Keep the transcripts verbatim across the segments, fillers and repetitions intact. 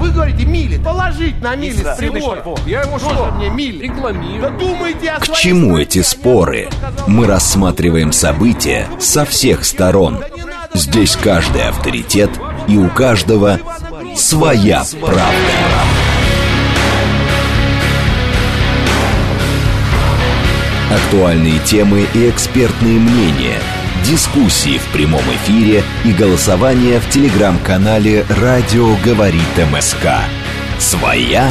вы говорите милит. Положить на милит прибор. Я ему Что что? мне милит? Рекламирую. Да думайте о К своей чему стране, эти а не споры? то, что сказал Мы Путин. рассматриваем события со всех сторон. Здесь каждый авторитет, и у каждого своя правда. Актуальные темы и экспертные мнения, дискуссии в прямом эфире и голосование в телеграм-канале «Радио говорит МСК». Своя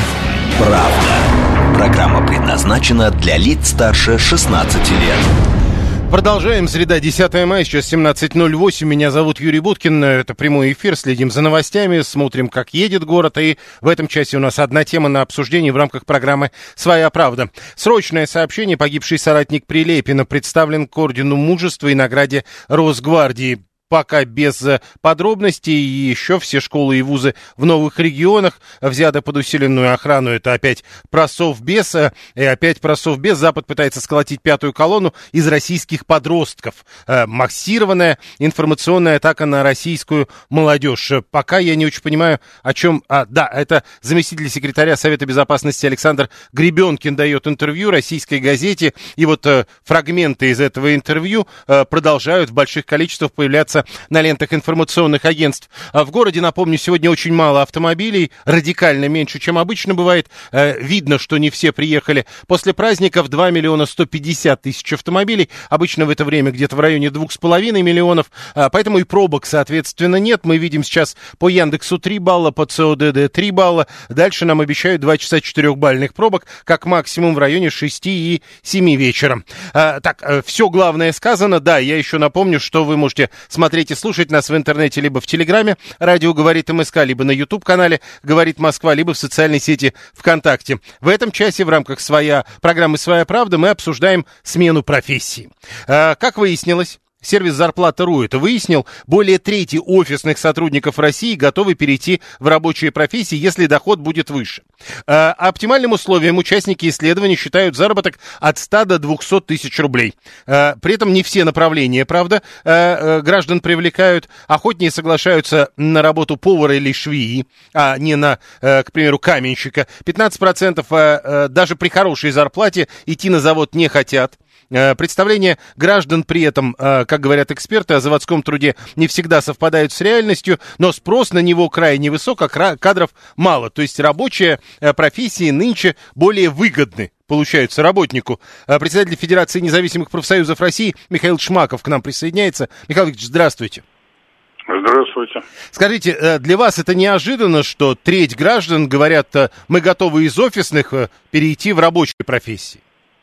правда. Программа предназначена для лиц старше шестнадцати лет. Продолжаем. Среда, десятое мая, сейчас семнадцать ноль восемь. Меня зовут Юрий Буткин. Это прямой эфир. Следим за новостями, смотрим, как едет город. И в этом часе у нас одна тема на обсуждение в рамках программы «Своя правда». Срочное сообщение. Погибший соратник Прилепина представлен к ордену мужества и награде Росгвардии. Пока без подробностей. И еще все школы и вузы в новых регионах взяты под усиленную охрану. Это опять про Совбез. И опять про Совбез. Запад пытается сколотить пятую колонну из российских подростков. Массированная информационная атака на российскую молодежь. Пока я не очень понимаю, о чем... А, да, это заместитель секретаря Совета Безопасности Александр Гребенкин дает интервью российской газете. И вот фрагменты из этого интервью продолжают в больших количествах появляться на лентах информационных агентств. В городе, напомню, сегодня очень мало автомобилей, радикально меньше, чем обычно бывает. Видно, что не все приехали. После праздников два миллиона сто пятьдесят тысяч автомобилей. Обычно в это время где-то в районе двух с половиной миллионов. Поэтому и пробок, соответственно, нет. Мы видим сейчас по Яндексу три балла, по ЦОДД три балла. Дальше нам обещают два часа четырехбальных пробок, как максимум в районе шести и семи вечера. Так, все главное сказано. Да, я еще напомню, что вы можете смотреть Смотреть и слушать нас в интернете либо в Телеграме «Радио говорит МСК», либо на YouTube-канале «Говорит Москва», либо в социальной сети ВКонтакте. В этом часе в рамках своя программы «Своя правда» мы обсуждаем смену профессии. А, как выяснилось, сервис «Зарплата.ру» это выяснил, более трети офисных сотрудников России готовы перейти в рабочие профессии, если доход будет выше. А оптимальным условием участники исследования считают заработок от ста до двухсот тысяч рублей. А, при этом не все направления, правда, а, а, граждан привлекают. Охотнее соглашаются на работу повара или швеи, а не на, а, к примеру, каменщика. пятнадцать процентов а, а, даже при хорошей зарплате идти на завод не хотят. Представления граждан при этом, как говорят эксперты, о заводском труде не всегда совпадают с реальностью, но спрос на него крайне высок, а кадров мало. То есть рабочие профессии нынче более выгодны, получаются, работнику. Председатель Федерации независимых профсоюзов России Михаил Шмаков к нам присоединяется. Михаил Викторович, здравствуйте. Здравствуйте. Скажите, для вас это неожиданно, что треть граждан говорят, мы готовы из офисных перейти в рабочие профессии?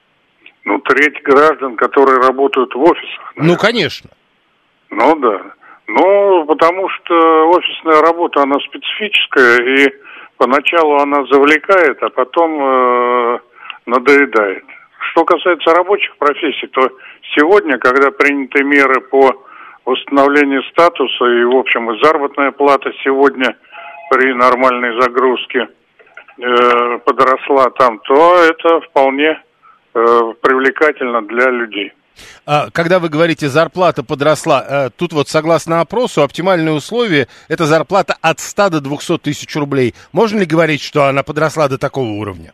Ну, треть граждан, которые работают в офисах. Наверное. Ну, конечно. Ну, да. Ну, потому что офисная работа, она специфическая, и поначалу она завлекает, а потом э, надоедает. Что касается рабочих профессий, то сегодня, когда приняты меры по восстановлению статуса, и, в общем, и заработная плата сегодня при нормальной загрузке э, подросла там, то это вполне... привлекательно для людей. Когда вы говорите, зарплата подросла, тут вот согласно опросу, оптимальные условия – это зарплата от ста до двухсот тысяч рублей. Можно ли говорить, что она подросла до такого уровня?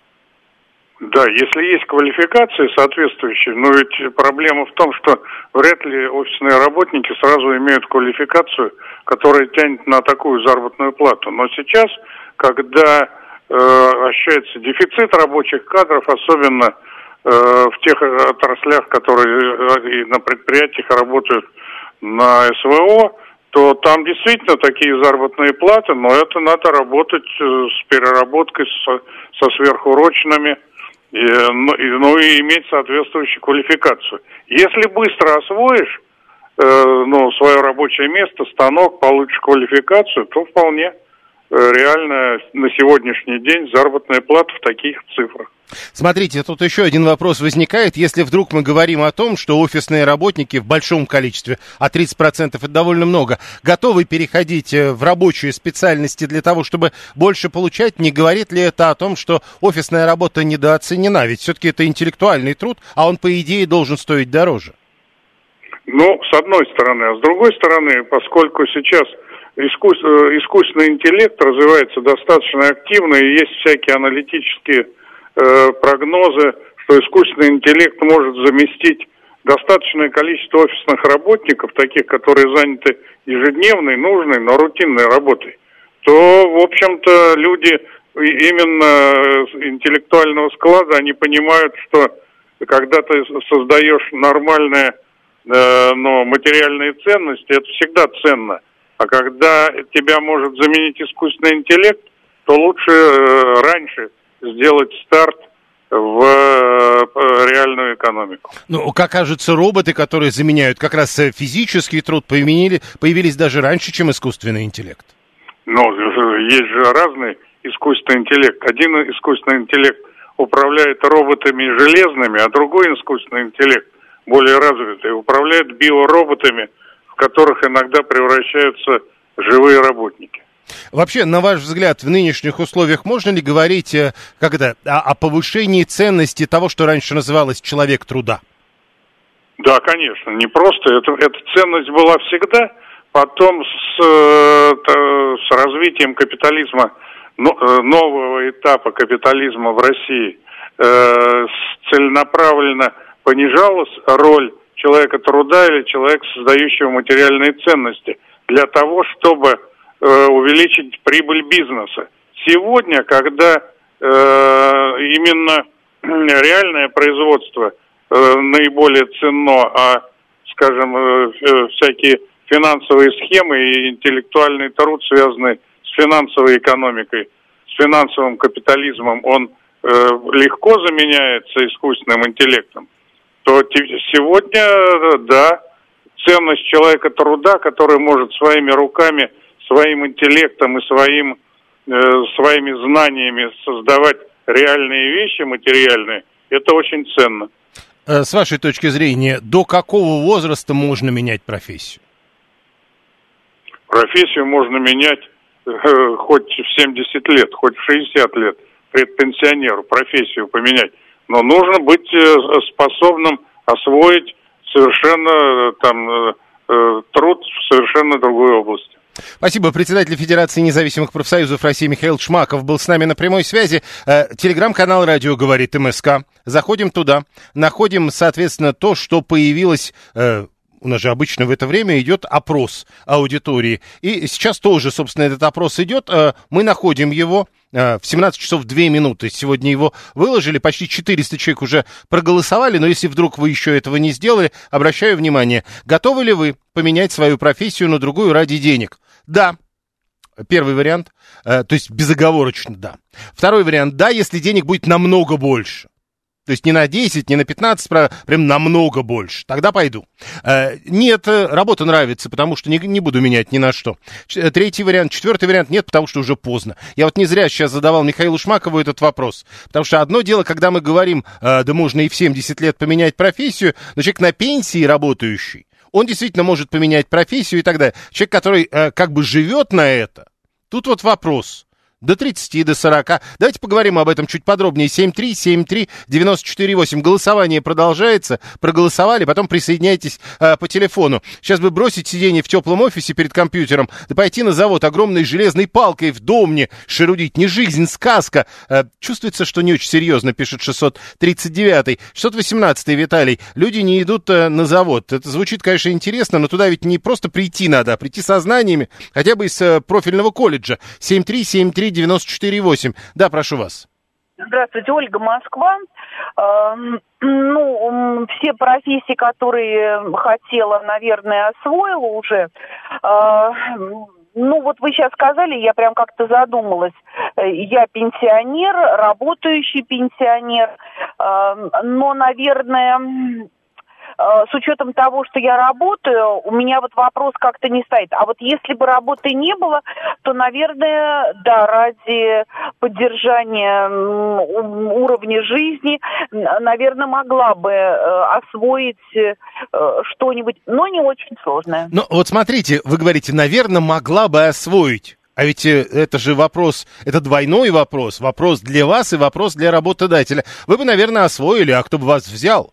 Да, если есть квалификации соответствующие, но ведь проблема в том, что вряд ли офисные работники сразу имеют квалификацию, которая тянет на такую заработную плату. Но сейчас, когда э, ощущается дефицит рабочих кадров, особенно в тех отраслях, которые на предприятиях работают на СВО, то там действительно такие заработные платы, но это надо работать с переработкой, со, со сверхурочными, и, ну, и, ну и иметь соответствующую квалификацию. Если быстро освоишь э, ну, свое рабочее место, станок, получишь квалификацию, то вполне реально на сегодняшний день заработная плата в таких цифрах. Смотрите, тут еще один вопрос возникает. Если вдруг мы говорим о том, что офисные работники в большом количестве, а тридцать процентов это довольно много, готовы переходить в рабочие специальности для того, чтобы больше получать, не говорит ли это о том, что офисная работа недооценена? Ведь все-таки это интеллектуальный труд, а он, по идее, должен стоить дороже. Ну, с одной стороны. А с другой стороны, поскольку сейчас искус, искусственный интеллект развивается достаточно активно, и есть всякие аналитические э, прогнозы, что искусственный интеллект может заместить достаточное количество офисных работников, таких, которые заняты ежедневной, нужной, но рутинной работой, то, в общем-то, люди именно интеллектуального склада, они понимают, что когда ты создаешь нормальные, э, но материальные ценности, это всегда ценно. А когда тебя может заменить искусственный интеллект, то лучше э, раньше сделать старт в э, реальную экономику. Ну, как кажется, роботы, которые заменяют как раз физический труд, появились, появились даже раньше, чем искусственный интеллект. Ну, есть же разный искусственный интеллект. Один искусственный интеллект управляет роботами железными, а другой искусственный интеллект, более развитый, управляет биороботами, в которых иногда превращаются живые работники. Вообще, на ваш взгляд, в нынешних условиях можно ли говорить как это, о, о повышении ценности того, что раньше называлось «человек труда»? Да, конечно, не просто. Это, эта ценность была всегда. Потом с, с развитием капитализма, нового этапа капитализма в России, целенаправленно понижалась роль человека труда или человека, создающего материальные ценности, для того, чтобы увеличить прибыль бизнеса. Сегодня, когда именно реальное производство наиболее ценно, а, скажем, всякие финансовые схемы и интеллектуальный труд, связанный с финансовой экономикой, с финансовым капитализмом, он э, легко заменяется искусственным интеллектом, то сегодня, да, ценность человека труда, который может своими руками, своим интеллектом и своим, э, своими знаниями создавать реальные вещи, материальные, это очень ценно. С вашей точки зрения, до какого возраста можно менять профессию? Профессию можно менять э, хоть в семьдесят лет, хоть в шестьдесят лет, предпенсионеру профессию поменять. Но нужно быть э, способным освоить совершенно там, э, труд в совершенно другой области. Спасибо. Председатель Федерации независимых профсоюзов России Михаил Шмаков был с нами на прямой связи. Телеграм-канал «Радио говорит МСК». Заходим туда, находим, соответственно, то, что появилось... У нас же обычно в это время идет опрос аудитории. И сейчас тоже, собственно, этот опрос идет. Мы находим его в семнадцать часов две минуты. Сегодня его выложили. Почти четыреста человек уже проголосовали. Но если вдруг вы еще этого не сделали, обращаю внимание. Готовы ли вы поменять свою профессию на другую ради денег? Да. Первый вариант. То есть безоговорочно да. Второй вариант. Да, если денег будет намного больше. То есть не на десять, не на пятнадцать, прям намного больше. Тогда пойду. Э, нет, работа нравится, потому что не, не буду менять ни на что. Ч- третий вариант. Четвертый вариант нет, потому что уже поздно. Я вот не зря сейчас задавал Михаилу Шмакову этот вопрос. Потому что одно дело, когда мы говорим, э, да можно и в семьдесят лет поменять профессию, но человек на пенсии работающий, он действительно может поменять профессию и так далее. Человек, который э, как бы живет на это, тут вот вопрос. До тридцати, до сорока. Давайте поговорим об этом чуть подробнее. семь три семь три девяносто четыре восемь. Голосование продолжается. Проголосовали, потом присоединяйтесь э, по телефону. Сейчас бы бросить сиденье в теплом офисе перед компьютером, да пойти на завод огромной железной палкой в домне шерудить. Не жизнь, сказка. Э, чувствуется, что не очень серьезно, пишет шестьсот тридцать девятый. шестьсот восемнадцатый, Виталий. Люди не идут э, на завод. Это звучит, конечно, интересно, но туда ведь не просто прийти надо, а прийти со знаниями, хотя бы из э, профильного колледжа. семь три семь три девяносто четыре восемь. Да, прошу вас. Здравствуйте, Ольга, Москва. Э, ну, все профессии, которые хотела, наверное, освоила уже. Э, ну, вот вы сейчас сказали, я прям как-то задумалась. Я пенсионер, работающий пенсионер, э, но, наверное... С учетом того, что я работаю, у меня вот вопрос как-то не стоит. А вот если бы работы не было, то, наверное, да, ради поддержания уровня жизни, наверное, могла бы освоить что-нибудь, но не очень сложное. Ну, вот смотрите, вы говорите, наверное, могла бы освоить. А ведь это же вопрос, это двойной вопрос. Вопрос для вас и вопрос для работодателя. Вы бы, наверное, освоили, а кто бы вас взял?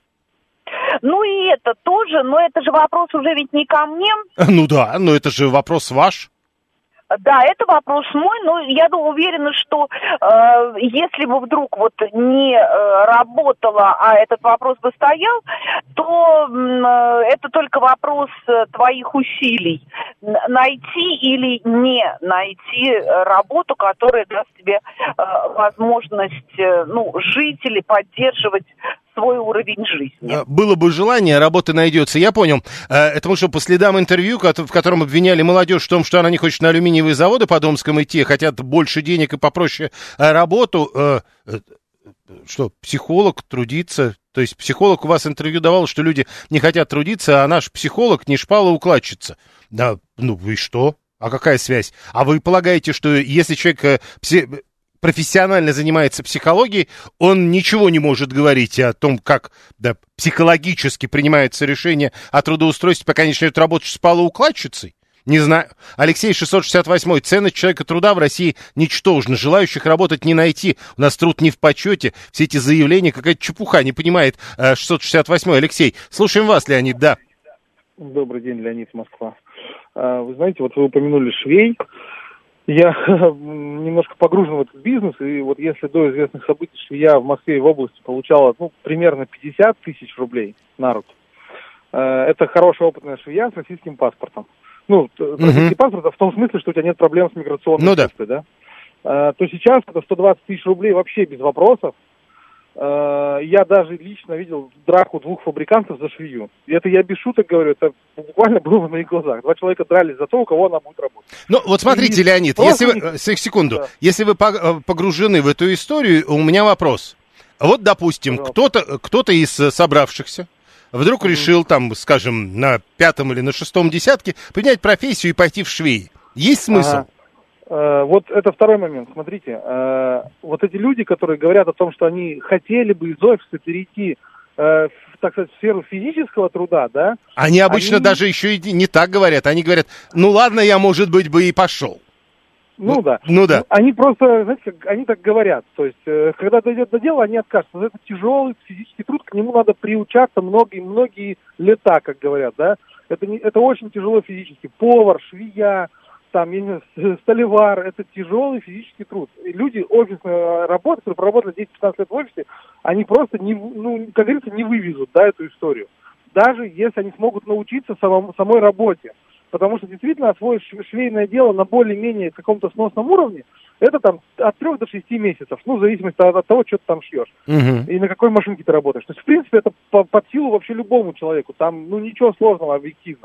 Ну и это тоже, но это же вопрос уже ведь не ко мне. Ну да, но это же вопрос ваш. Да, это вопрос мой, но я уверена, что э, если бы вдруг вот не э, работало, а этот вопрос бы стоял, то э, это только вопрос твоих усилий. Найти или не найти работу, которая даст тебе э, возможность э, ну, жить или поддерживать свой уровень жизни. Было бы желание, работа найдется. Я понял. Это что, по следам интервью, в котором обвиняли молодежь в том, что она не хочет на алюминиевые заводы по Домскому идти, хотят больше денег и попроще работу. Что, психолог трудиться? То есть психолог у вас интервью давал, что люди не хотят трудиться, а наш психолог не шпала-укладчица. Да, ну и что? А какая связь? А вы полагаете, что если человек профессионально занимается психологией, он ничего не может говорить о том, как да, психологически принимается решение о трудоустройстве, пока не начнет работать шпалоукладчицей? Не знаю. Алексей, шестьсот шестьдесят восемь. Ценность человека труда в России ничтожна. Желающих работать не найти. У нас труд не в почете. Все эти заявления, какая-то чепуха, не понимает шестьсот шестьдесят восемь. Алексей, слушаем вас, Леонид, да. Добрый день, Леонид, Москва. Вы знаете, вот вы упомянули швей. Я немножко погружен в этот бизнес, и вот если до известных событий швея в Москве и в области получала ну, примерно пятьдесят тысяч рублей на руки, это хорошая опытная швея с российским паспортом. Ну, uh-huh. российский паспорт в том смысле, что у тебя нет проблем с миграционной ну, службой, да. да? То сейчас это сто двадцать тысяч рублей вообще без вопросов. Я даже лично видел драку двух фабрикантов за швею. И это я без шуток говорю, это буквально было на моих глазах. Два человека дрались за то, у кого она будет работать. Ну, вот смотрите, и Леонид, если вы, них... секунду, да. если вы погружены в эту историю, у меня вопрос. Вот, допустим, кто-то, кто-то из собравшихся вдруг mm-hmm. решил, там, скажем, на пятом или на шестом десятке поменять профессию и пойти в швеи. Есть смысл? Ага. Вот это второй момент. Смотрите, вот эти люди, которые говорят о том, что они хотели бы из офиса перейти, так сказать, в сферу физического труда, да? Они обычно они... даже еще и не так говорят. Они говорят, ну ладно, я, может быть, бы и пошел. Ну, ну да. Ну да. Они просто, знаете, как, они так говорят. То есть, когда дойдет до дела, они откажутся. Это тяжелый физический труд, к нему надо приучаться многие-многие лета, как говорят, да? Это, не, это очень тяжело физически. Повар, швея, там, я не знаю, столевар, это тяжелый физический труд. И люди офисные работы, которые проработали десять-пятнадцать лет в офисе, они просто, не, ну, как говорится, не вывезут, да, эту историю. Даже если они смогут научиться самому, самой работе. Потому что действительно освоить швейное дело на более-менее каком-то сносном уровне, это там от трех до шести месяцев, ну, в зависимости от, от того, что ты там шьешь. Uh-huh. И на какой машинке ты работаешь. То есть, в принципе, это по, под силу вообще любому человеку. Там, ну, ничего сложного объективно.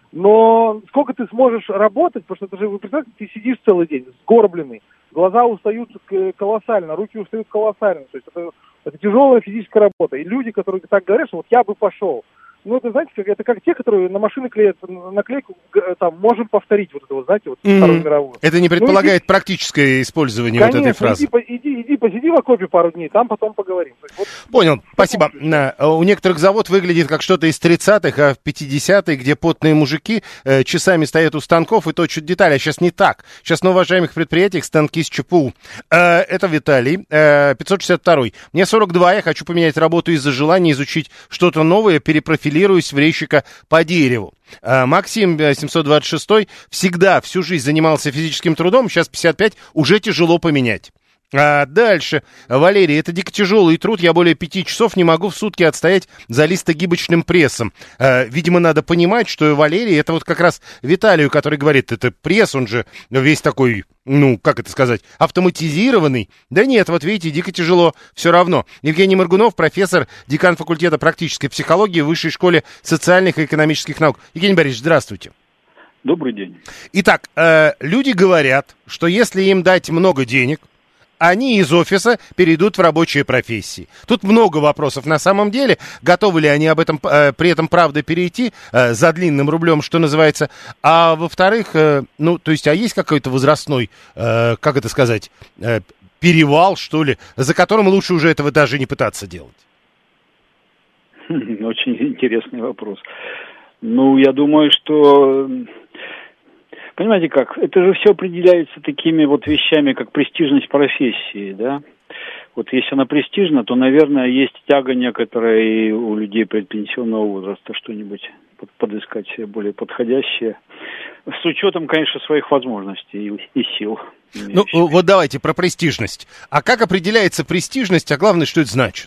Но сколько ты сможешь работать, потому что это же, вы представляете, ты сидишь целый день, сгорбленный, глаза устают колоссально, руки устают колоссально, то есть это, это тяжелая физическая работа. И люди, которые так говорят, что вот я бы пошел, ну, это, знаете, как, это как те, которые на машины клеят наклейку, там, можем повторить вот это вот, знаете, вот mm-hmm. Вторую мировую. Это не предполагает ну, иди... практическое использование Конечно, вот этой фразы. Иди, иди, иди, посиди в окопе пару дней, там потом поговорим. есть, вот, Понял, спасибо. На, у некоторых завод выглядит как что-то из тридцатых, а в пятидесятые, где потные мужики э, часами стоят у станков и точат детали. А сейчас не так. Сейчас на уважаемых предприятиях станки с ЧПУ. Э, это Виталий, э, пятьсот шестьдесят два. Мне сорок два, я хочу поменять работу из-за желания изучить что-то новое, перепрофилировать в резчика по дереву. А, Максим, семьсот двадцать шесть, всегда всю жизнь занимался физическим трудом, сейчас пятьдесят пять, уже тяжело поменять. А дальше, Валерий, это дико тяжелый труд, я более пяти часов не могу в сутки отстоять за листогибочным прессом. А, видимо, надо понимать, что Валерий, это вот как раз Виталию, который говорит, это пресс, он же весь такой, ну, как это сказать, автоматизированный. Да нет, вот видите, дико тяжело все равно. Евгений Моргунов, профессор, декан факультета практической психологии в Высшей школе социальных и экономических наук. Евгений Борисович, здравствуйте. Добрый день. Итак, э, люди говорят, что если им дать много денег, они из офиса перейдут в рабочие профессии. Тут много вопросов на самом деле. Готовы ли они об этом, э, при этом правда перейти э, за длинным рублем, что называется. А во-вторых, э, ну, то есть, а есть какой-то возрастной, э, как это сказать, э, перевал, что ли, за которым лучше уже этого даже не пытаться делать? Очень интересный вопрос. Ну, я думаю, что... Понимаете как, это же все определяется такими вот вещами, как престижность профессии, да. Вот если она престижна, то, наверное, есть тяга некоторая и у людей предпенсионного возраста что-нибудь подыскать себе более подходящее. С учетом, конечно, своих возможностей и, и сил. Ну, вот давайте про престижность. А как определяется престижность, а главное, что это значит?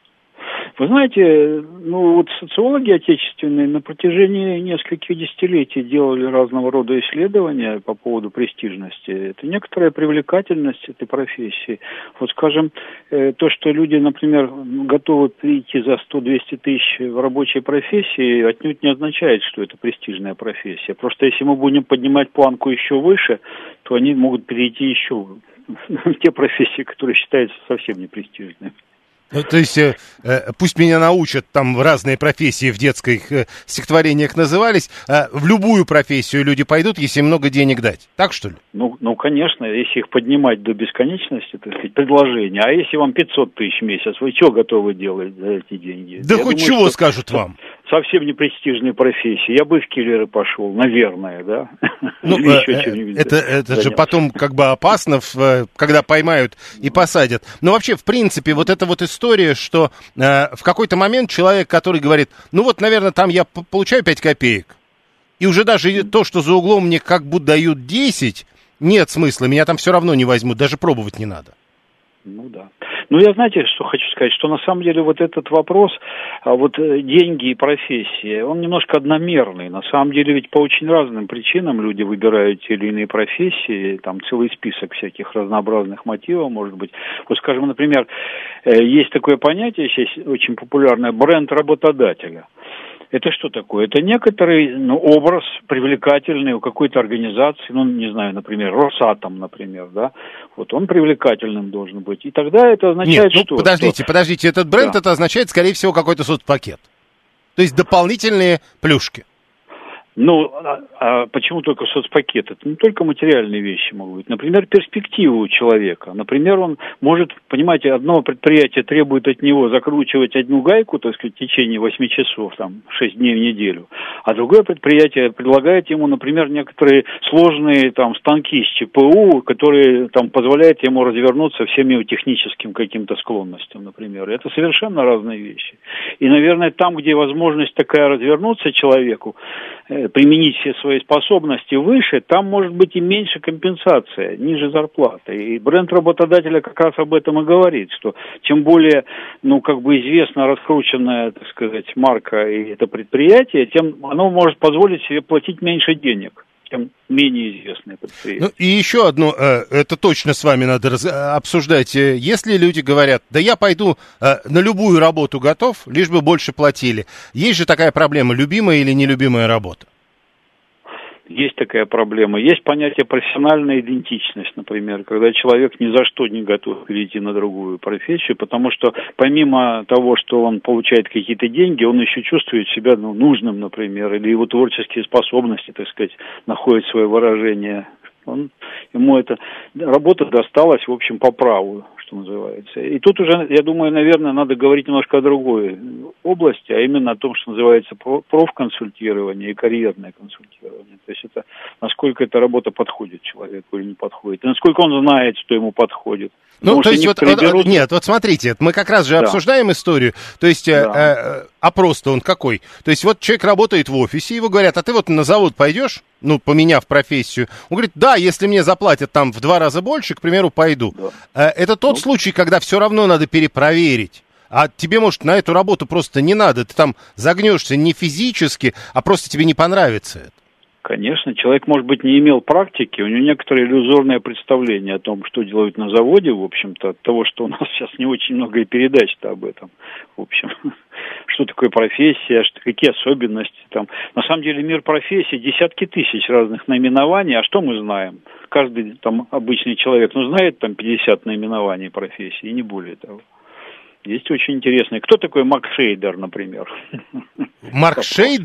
Вы знаете, ну вот социологи отечественные на протяжении нескольких десятилетий делали разного рода исследования по поводу престижности. Это некоторая привлекательность этой профессии. Вот, скажем, то, что люди, например, готовы прийти за сто-двести тысяч в рабочей профессии, отнюдь не означает, что это престижная профессия. Просто если мы будем поднимать планку еще выше, то они могут перейти еще в те профессии, которые считаются совсем непрестижными. Ну, то есть, э, э, пусть меня научат, там разные профессии в детских э, стихотворениях назывались, э, в любую профессию люди пойдут, если им много денег дать. Так, что ли? Ну, ну, конечно, если их поднимать до бесконечности, так сказать, предложение. А если вам пятьсот тысяч в месяц, вы что готовы делать за эти деньги? Да Я хоть думаю, чего скажут вам? Совсем непрестижные профессии. Я бы в киллеры пошел, наверное, да? Ну, э, это, это же потом как бы опасно, когда поймают и посадят. Но вообще, в принципе, вот эта вот история, что э, в какой-то момент человек, который говорит, ну вот, наверное, там я получаю пять копеек, и уже даже то, что за углом мне как будто дают десять, нет смысла, меня там все равно не возьмут, даже пробовать не надо. Ну да. Ну, я, знаете, что хочу сказать, что на самом деле вот этот вопрос, вот деньги и профессии, он немножко одномерный. На самом деле ведь по очень разным причинам люди выбирают те или иные профессии, там целый список всяких разнообразных мотивов, может быть. Вот, скажем, например, есть такое понятие сейчас очень популярное, бренд работодателя. Это что такое? Это некоторый ну, образ привлекательный у какой-то организации, ну, не знаю, например, Росатом, например, да, вот он привлекательным должен быть. И тогда это означает, Нет, ну, что... подождите, что... подождите, этот бренд, да. Это означает, скорее всего, какой-то соцпакет. То есть дополнительные плюшки. Ну, а, а почему только соцпакет? Это не только материальные вещи могут быть. Например, перспективы у человека. Например, он может, понимаете, одно предприятие требует от него закручивать одну гайку, так сказать, в течение восьми часов, там, шесть дней в неделю. А другое предприятие предлагает ему, например, некоторые сложные там станки с ЧПУ, которые там позволяют ему развернуться всем его техническим каким-то склонностям, например. Это совершенно разные вещи. И, наверное, там, где возможность такая развернуться человеку, применить все свои способности выше, там может быть и меньше компенсация, ниже зарплаты. И бренд работодателя как раз об этом и говорит, что чем более, ну, как бы известно раскрученная, так сказать, марка и это предприятие, тем оно может позволить себе платить меньше денег, чем менее известное предприятие. Ну, и еще одно, это точно с вами надо раз, обсуждать. Если люди говорят, да я пойду на любую работу готов, лишь бы больше платили. Есть же такая проблема, любимая или нелюбимая работа? Есть такая проблема. Есть понятие профессиональная идентичность, например, когда человек ни за что не готов перейти на другую профессию, потому что помимо того, что он получает какие-то деньги, он еще чувствует себя ну, нужным, например, или его творческие способности, так сказать, находят свое выражение. Он, ему эта работа досталась, в общем, по праву, что называется. И тут уже, я думаю, наверное, надо говорить немножко о другой области, а именно о том, что называется профконсультирование и карьерное консультирование. То есть это насколько эта работа подходит человеку или не подходит, и насколько он знает, что ему подходит. Ну, то есть, вот, берут... нет, вот смотрите, мы как раз же да. обсуждаем историю, то есть, да. э, э, опрос-то он какой? То есть, вот человек работает в офисе, его говорят, а ты вот на завод пойдешь, ну, поменяв профессию? Он говорит, да, если мне заплатят там в два раза больше, к примеру, пойду. Да. Э, это тот ну. случай, когда все равно надо перепроверить. А тебе, может, на эту работу просто не надо, ты там загнешься не физически, а просто тебе не понравится это. Конечно, человек, может быть, не имел практики, у него некоторое иллюзорное представление о том, что делают на заводе, в общем-то, от того, что у нас сейчас не очень много и передач-то об этом, в общем, что такое профессия, что, какие особенности там. На самом деле мир профессий, десятки тысяч разных наименований, а что мы знаем? Каждый там обычный человек, ну, знает там пятьдесят наименований профессий, и не более того. Есть очень интересные. Кто такой Марк Шейдер, например? Марк Шейдер?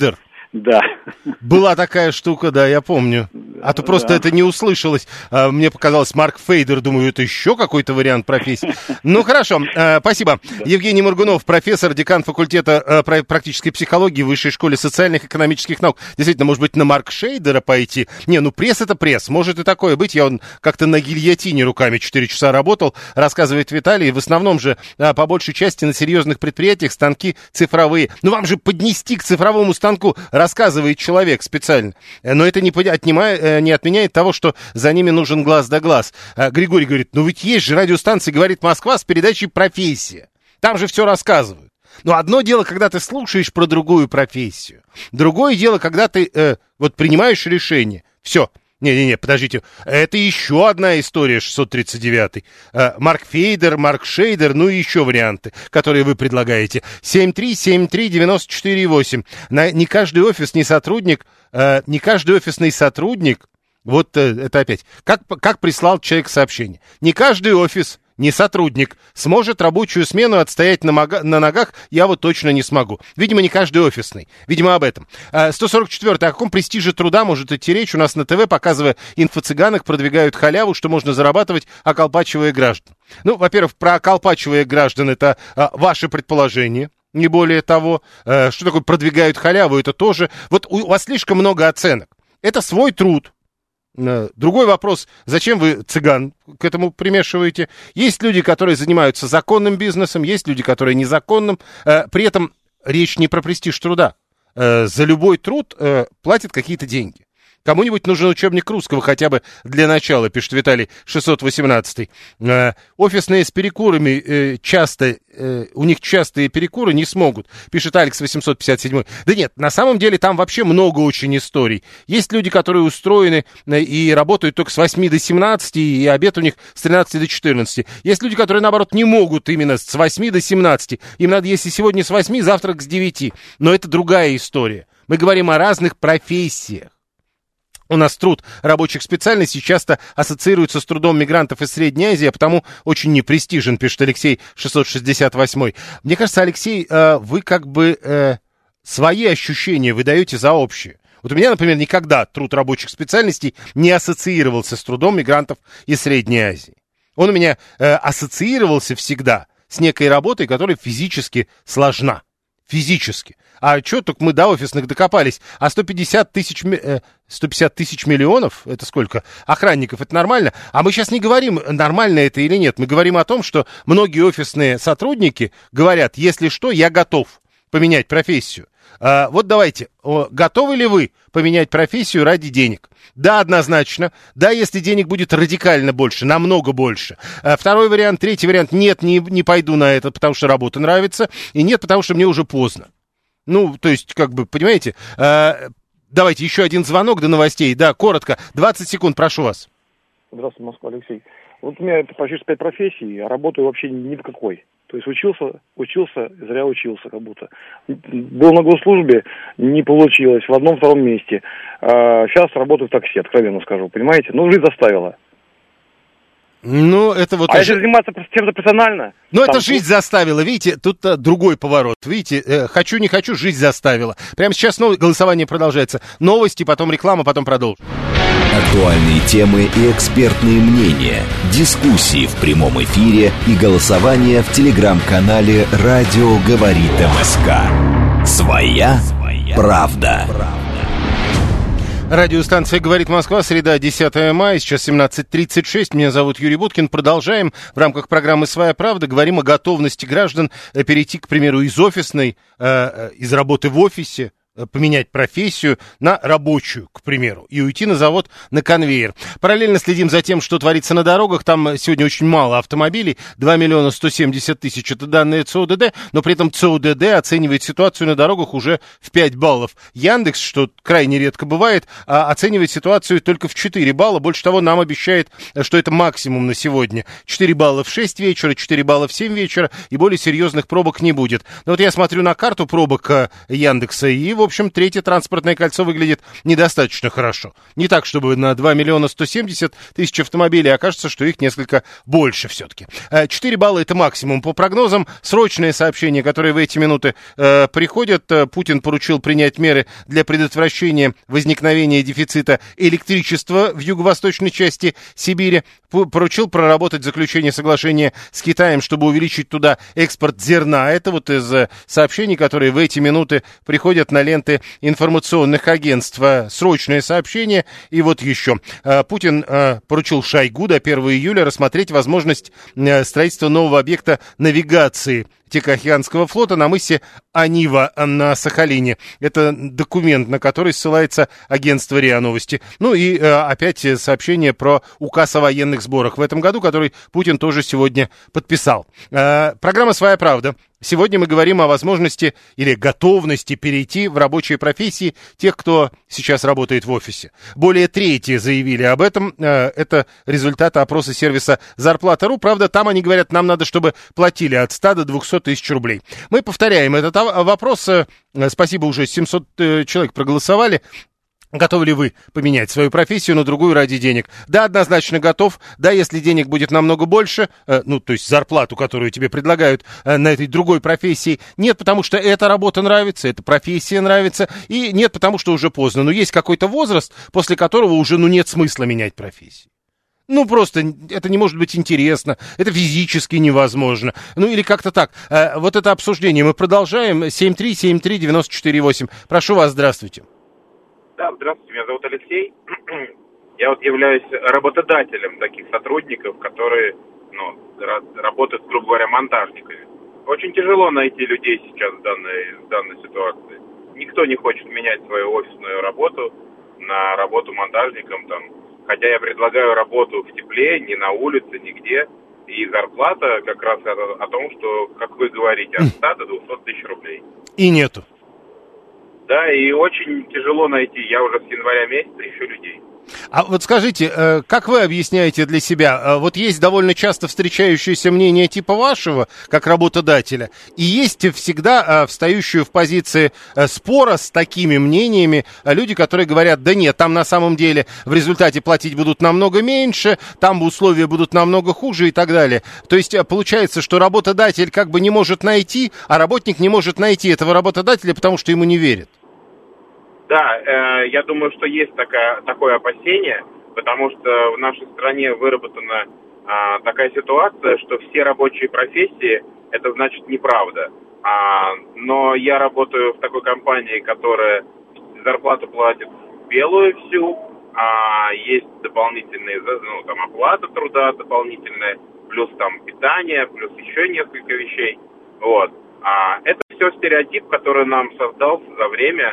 Да. Была такая штука, да, я помню. А то просто да. это не услышалось. Мне показалось, Марк Фейдер, думаю, это еще какой-то вариант профессии. Ну, хорошо, спасибо. Да. Евгений Моргунов, профессор, декан факультета практической психологии в Высшей школе социальных и экономических наук. Действительно, может быть, на Марк Шейдера пойти? Не, ну пресс это пресс, может и такое быть. Я он как-то на гильотине руками четыре часа работал, рассказывает Виталий. В основном же, по большей части, на серьезных предприятиях станки цифровые. Ну, вам же поднести к цифровому станку, рассказывает человек специально. Но это не, отнимает, не отменяет того, что за ними нужен глаз да глаз. Григорий говорит, ну ведь есть же радиостанция «Говорит Москва» с передачей «Профессия». Там же все рассказывают. Но одно дело, когда ты слушаешь про другую профессию. Другое дело, когда ты э, вот принимаешь решение. Все. Не-не-не, подождите, это еще одна история, шестьсот тридцать девятый. Марк Фейдер, Марк Шейдер, ну и еще варианты, которые вы предлагаете. семь три семь три девять четыре восемь. Не каждый офисный сотрудник, не каждый офисный сотрудник, вот это опять, как, как прислал человек сообщение. Не каждый офис, не сотрудник, сможет рабочую смену отстоять на, мога, на ногах, я вот точно не смогу. Видимо, не каждый офисный. Видимо, об этом. сто сорок четвёртый. О каком престиже труда может идти речь? У нас на ТВ, показывая инфо-цыганок, продвигают халяву, что можно зарабатывать, околпачивая граждан. Ну, во-первых, про околпачивая граждан это а, ваше предположение. Не более того. А, что такое продвигают халяву? Это тоже... Вот у, у вас слишком много оценок. Это свой труд. Другой вопрос, зачем вы цыган к этому примешиваете? Есть люди, которые занимаются законным бизнесом, есть люди, которые незаконным. При этом речь не про престиж труда. За любой труд платят какие-то деньги. Кому-нибудь нужен учебник русского хотя бы для начала, пишет Виталий шестьсот восемнадцатый. Э, офисные с перекурами э, часто, э, у них частые перекуры не смогут, пишет Алекс восемьсот пятьдесят семь. Да нет, на самом деле там вообще много очень историй. Есть люди, которые устроены э, и работают только с восьми до семнадцати, и обед у них с тринадцати до четырнадцати. Есть люди, которые, наоборот, не могут именно с восьми до семнадцати. Им надо, если сегодня с восьми, завтрак с девяти. Но это другая история. Мы говорим о разных профессиях. У нас труд рабочих специальностей часто ассоциируется с трудом мигрантов из Средней Азии, а потому очень непрестижен, пишет Алексей шестьсот шестьдесят восемь. Мне кажется, Алексей, вы как бы свои ощущения выдаете за общие. Вот у меня, например, никогда труд рабочих специальностей не ассоциировался с трудом мигрантов из Средней Азии. Он у меня ассоциировался всегда с некой работой, которая физически сложна. Физически. А что только мы до офисных докопались? А сто пятьдесят тысяч, э, сто пятьдесят тысяч миллионов, это сколько? Охранников, это нормально? А мы сейчас не говорим, нормально это или нет. Мы говорим о том, что многие офисные сотрудники говорят, если что, я готов поменять профессию. А, вот давайте, о, готовы ли вы поменять профессию ради денег? Да, однозначно. Да, если денег будет радикально больше, намного больше. А, второй вариант, третий вариант, нет, не, не пойду на это, потому что работа нравится. И нет, потому что мне уже поздно. Ну, то есть, как бы, понимаете, э, давайте еще один звонок до новостей. Да, коротко, двадцать секунд, прошу вас. Здравствуйте, Москва, Алексей. Вот у меня это почти пять профессий, а работаю вообще ни в какой. То есть учился, учился, зря учился как будто. Был на госслужбе, не получилось, в одном-втором месте. А сейчас работаю в такси, откровенно скажу, понимаете? Ну, жизнь заставила. Ну, это вот... А уже... если заниматься чем-то профессионально... Ну, это жизнь заставила, видите, тут а, другой поворот. Видите, э, хочу, не хочу, жизнь заставила. Прямо сейчас новое голосование продолжается. Новости, потом реклама, потом продолжим. Актуальные темы и экспертные мнения, дискуссии в прямом эфире и голосование в телеграм-канале «Радио говорит МСК». Своя правда. Радиостанция «Говорит Москва», среда, десятое мая, сейчас семнадцать тридцать шесть. Меня зовут Юрий Буткин. Продолжаем в рамках программы «Своя правда». Говорим о готовности граждан перейти, к примеру, из офисной, э, из работы в офисе, поменять профессию на рабочую, к примеру, и уйти на завод на конвейер. Параллельно следим за тем, что творится на дорогах. Там сегодня очень мало автомобилей, два миллиона сто семьдесят тысяч, это данные ЦОДД, но при этом ЦОДД оценивает ситуацию на дорогах уже в пять баллов. Яндекс, что крайне редко бывает, оценивает ситуацию только в четыре балла. Больше того, нам обещает, что это максимум на сегодня. четыре балла в шесть вечера, четыре балла в семь вечера, и более серьезных пробок не будет. Но вот я смотрю на карту пробок Яндекса, и, в общем, третье транспортное кольцо выглядит недостаточно хорошо. Не так, чтобы на два миллиона сто семьдесят тысяч автомобилей, а кажется, что их несколько больше все-таки. четыре балла — это максимум по прогнозам. Срочные сообщения, которые в эти минуты э, приходят. Путин поручил принять меры для предотвращения возникновения дефицита электричества в юго-восточной части Сибири. Поручил проработать заключение соглашения с Китаем, чтобы увеличить туда экспорт зерна. Это вот из сообщений, которые в эти минуты приходят на ленты информационных агентств. Срочное сообщение. И вот еще. Путин поручил Шойгу до первого июля рассмотреть возможность строительства нового объекта навигации Тихоокеанского флота на мысе Анива на Сахалине. Это документ, на который ссылается агентство РИА Новости. Ну и э, опять сообщение про указ о военных сборах в этом году, который Путин тоже сегодня подписал. Э, программа «Своя правда». Сегодня мы говорим о возможности или готовности перейти в рабочие профессии тех, кто сейчас работает в офисе. Более трети заявили об этом. Это результаты опроса сервиса «Зарплата.ру». Правда, там они говорят, нам надо, чтобы платили от ста до двухсот тысяч рублей. Мы повторяем этот вопрос. Спасибо, уже семьсот человек проголосовали. Готовы ли вы поменять свою профессию на другую ради денег? Да, однозначно готов. Да, если денег будет намного больше, э, ну, то есть зарплату, которую тебе предлагают э, на этой другой профессии. Нет, потому что эта работа нравится, эта профессия нравится. И нет, потому что уже поздно. Но есть какой-то возраст, после которого уже, ну, нет смысла менять профессию. Ну, просто это не может быть интересно, это физически невозможно. Ну, или как-то так. Э, вот это обсуждение мы продолжаем. семь три семь три девять четыре восемь. Прошу вас, здравствуйте. Да, здравствуйте, меня зовут Алексей. Я вот являюсь работодателем таких сотрудников, которые, ну, работают, грубо говоря, монтажниками. Очень тяжело найти людей сейчас в данной, в данной ситуации. Никто не хочет менять свою офисную работу на работу монтажником, там, хотя я предлагаю работу в тепле, не на улице, нигде. И зарплата как раз о, о том, что, как вы говорите, от ста до двухсот тысяч рублей. И нету. Да, и очень тяжело найти. Я уже с января месяца ищу людей. А вот скажите, как вы объясняете для себя, вот есть довольно часто встречающееся мнение типа вашего, как работодателя, и есть всегда встающую в позиции спора с такими мнениями люди, которые говорят, да нет, там на самом деле в результате платить будут намного меньше, там условия будут намного хуже и так далее. То есть получается, что работодатель как бы не может найти, а работник не может найти этого работодателя, потому что ему не верят. Да, э, я думаю, что есть такая, такое опасение, потому что в нашей стране выработана э, такая ситуация, что все рабочие профессии – это значит неправда. А, но я работаю в такой компании, которая зарплату платит белую всю, а есть дополнительные, ну, там, оплата труда дополнительная, плюс там питание, плюс еще несколько вещей. Вот. А, это все стереотип, который нам создался за время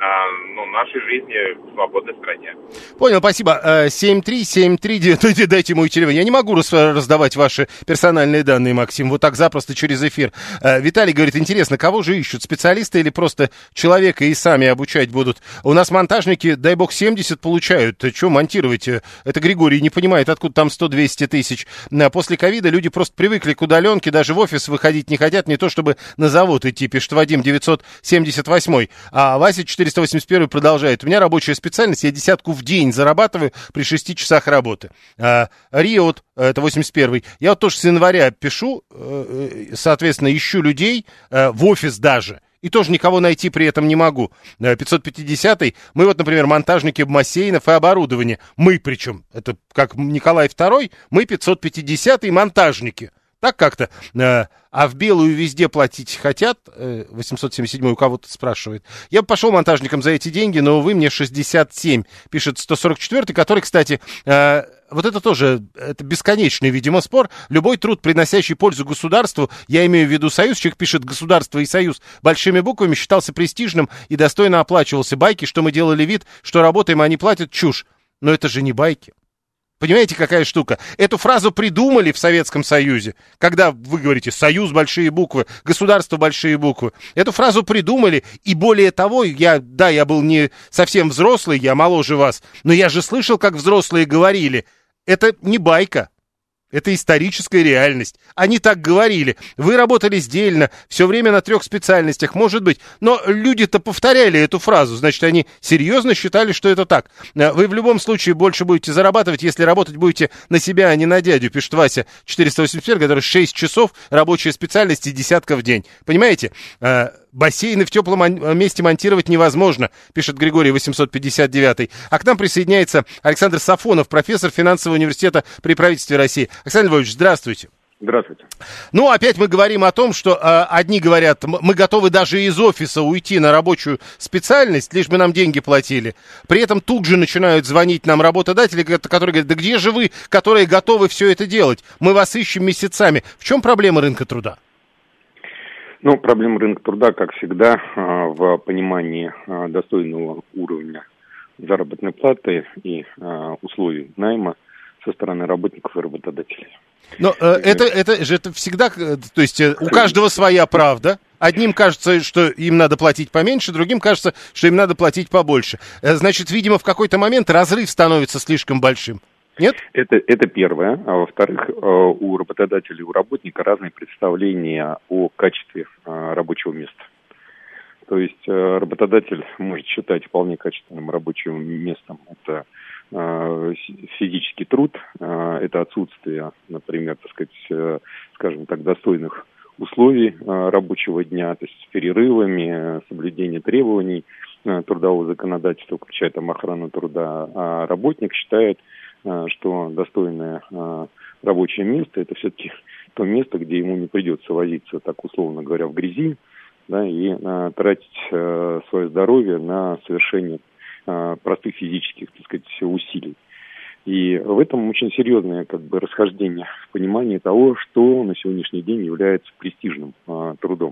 ну, нашей жизни в свободной стране. Понял, спасибо. семь три семь три девять, дайте мой телефон. Я не могу раздавать ваши персональные данные, Максим, вот так запросто через эфир. Виталий говорит, интересно, кого же ищут, специалисты или просто человека и сами обучать будут? У нас монтажники, дай бог, семьдесят получают. Что монтировать? Это Григорий не понимает, откуда там сто-двести тысяч. После ковида люди просто привыкли к удаленке, даже в офис выходить не хотят, не то чтобы на завод идти, пишет Вадим девятьсот семьдесят восемь. А Вася четыреста восемьдесят один продолжает. У меня рабочая специальность, я десятку в день зарабатываю при шести часах работы. А, Риот, это восемьдесят первый. Я вот тоже с января пишу, соответственно, ищу людей в офис даже. И тоже никого найти при этом не могу. пятьсот пятидесятый. Мы вот, например, монтажники бассейнов и оборудования. Мы причем, это как Николай второй, мы пятьсот пятидесятые монтажники. Так как-то. А в белую везде платить хотят. восемьсот семьдесят седьмой у кого-то спрашивает. Я бы пошел монтажником за эти деньги, но, увы, мне шестьдесят семь. Пишет сто сорок четвёртый, который, кстати, вот это тоже, это бесконечный, видимо, спор. Любой труд, приносящий пользу государству, я имею в виду союз, человек пишет государство и союз большими буквами, считался престижным и достойно оплачивался. Байки, что мы делали вид, что работаем, а они платят, чушь. Но это же не байки. Понимаете, какая штука? Эту фразу придумали в Советском Союзе, когда вы говорите «союз» большие буквы, «государство» большие буквы. Эту фразу придумали, и более того, я, да, я был не совсем взрослый, я моложе вас, но я же слышал, как взрослые говорили, это не байка. Это историческая реальность. Они так говорили. Вы работали сдельно, все время на трех специальностях, может быть. Но люди-то повторяли эту фразу. Значит, они серьезно считали, что это так. Вы в любом случае больше будете зарабатывать, если работать будете на себя, а не на дядю, пишет Вася четыреста восемьдесят пять, который шесть часов, рабочая специальность и десятка в день. Понимаете? Бассейны в теплом месте монтировать невозможно, пишет Григорий восемьсот пятьдесят девять. А к нам присоединяется Александр Сафонов, профессор финансового университета при правительстве России. Александр Львович, здравствуйте. Здравствуйте. Ну, опять мы говорим о том, что э, одни говорят, мы готовы даже из офиса уйти на рабочую специальность, лишь бы нам деньги платили. При этом тут же начинают звонить нам работодатели, которые говорят, да где же вы, которые готовы все это делать? Мы вас ищем месяцами. В чем проблема рынка труда? Ну, проблема рынка труда, как всегда, в понимании достойного уровня заработной платы и условий найма со стороны работников и работодателей. Но э, это, это же это всегда, то есть у каждого своя правда. Одним кажется, что им надо платить поменьше, другим кажется, что им надо платить побольше. Значит, видимо, в какой-то момент разрыв становится слишком большим. Нет? Это, это первое. А во-вторых, у работодателя и у работника разные представления о качестве рабочего места. То есть работодатель может считать вполне качественным рабочим местом это физический труд, это отсутствие, например, так сказать, скажем так, достойных условий рабочего дня, то есть с перерывами, соблюдение требований трудового законодательства, включая там охрану труда. А работник считает, что достойное рабочее место – это все-таки то место, где ему не придется возиться, так условно говоря, в грязи, да, и а, тратить а, свое здоровье на совершение а, простых физических, так сказать, усилий. И в этом очень серьезное как бы расхождение в понимании того, что на сегодняшний день является престижным а, трудом.